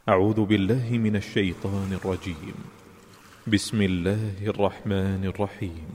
أعوذ بالله من الشيطان الرجيم. بسم الله الرحمن الرحيم.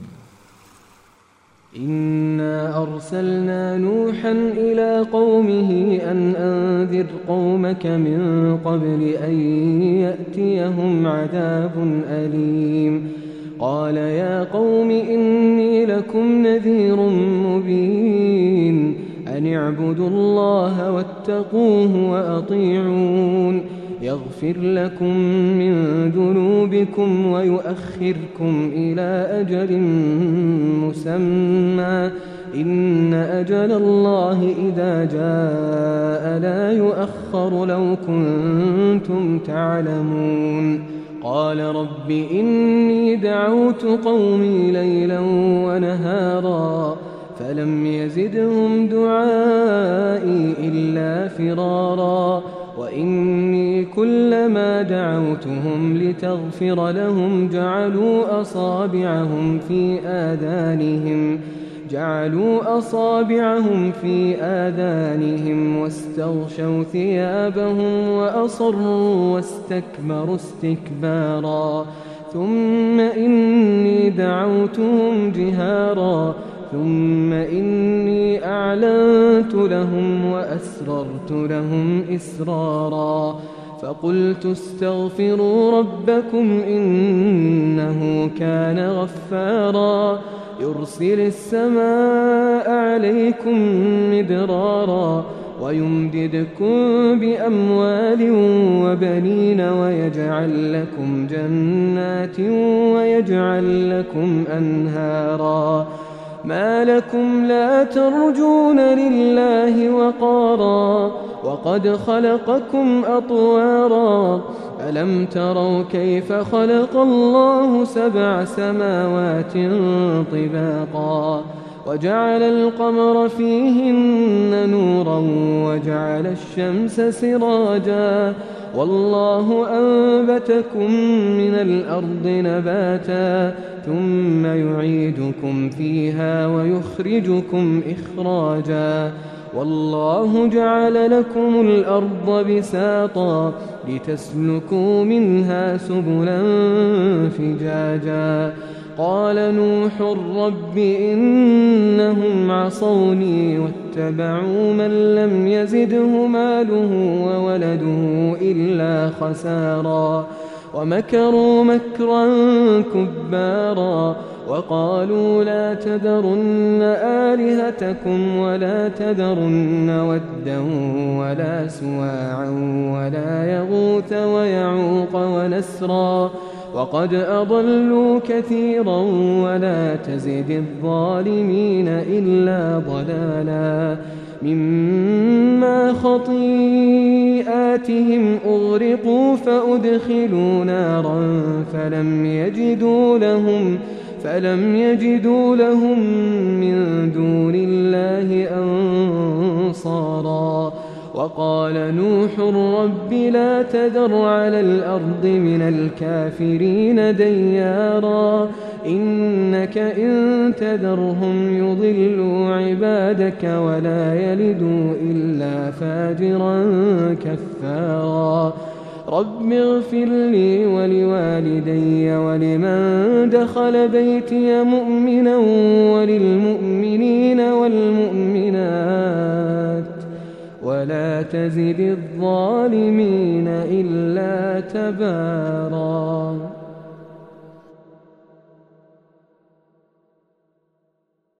إنا أرسلنا نوحا إلى قومه أن أنذر قومك من قبل أن يأتيهم عذاب أليم. قال يا قوم إني لكم نذير مبين أن اعبدوا الله واتقوه وأطيعون يغفر لكم من ذنوبكم ويؤخركم إلى أجل مسمى إن أجل الله إذا جاء لا يؤخر لو كنتم تعلمون. قال رب إني دعوت قومي ليلا ونهارا فلم يزدهم دعائي إلا فرارا وإني كلما دعوتهم لتغفر لهم جعلوا أصابعهم في آذانهم واستغشوا ثيابهم وأصروا واستكبروا استكبارا ثم إني دعوتهم جهارا ثم إني أعلنت لهم وأسررت لهم إسرارا فقلت استغفروا ربكم إنه كان غفارا يرسل السماء عليكم مدرارا ويمددكم بأموال وبنين ويجعل لكم جنات ويجعل لكم أنهارا ما لكم لا ترجون لله وقارا وقد خلقكم أطوارا ألم تروا كيف خلق الله 7 سماوات طباقا وجعل القمر فيهن نورا وجعل الشمس سراجا والله أنبتكم من الأرض نباتا ثم يعيدكم فيها ويخرجكم إخراجا والله جعل لكم الأرض بساطا لتسلكوا منها سبلا فجاجا قال نوح رب إنهم عصوني واتبعوا من لم يزده ماله وولده إلا خسارا ومكروا مكرا كبارا وقالوا لا تذرن آلهتكم ولا تذرن ودا ولا سواعا ولا يغوث ويعوق ونسرا وقد أضلوا كثيرا ولا تزد الظالمين إلا ضلالا مما خطيئاتهم أغرقوا فأدخلوا نارا فلم يجدوا لهم من دون الله أنصارا وقال نوح رب لا تذر على الأرض من الكافرين ديارا إنك إن تذرهم يضلوا عبادك ولا يلدوا إلا فاجرا كفارا رب اغفر لي ولوالدي ولمن دخل بيتي مؤمنا وللمؤمنين والمؤمنات ولا تزد الظالمين إلا تبارا.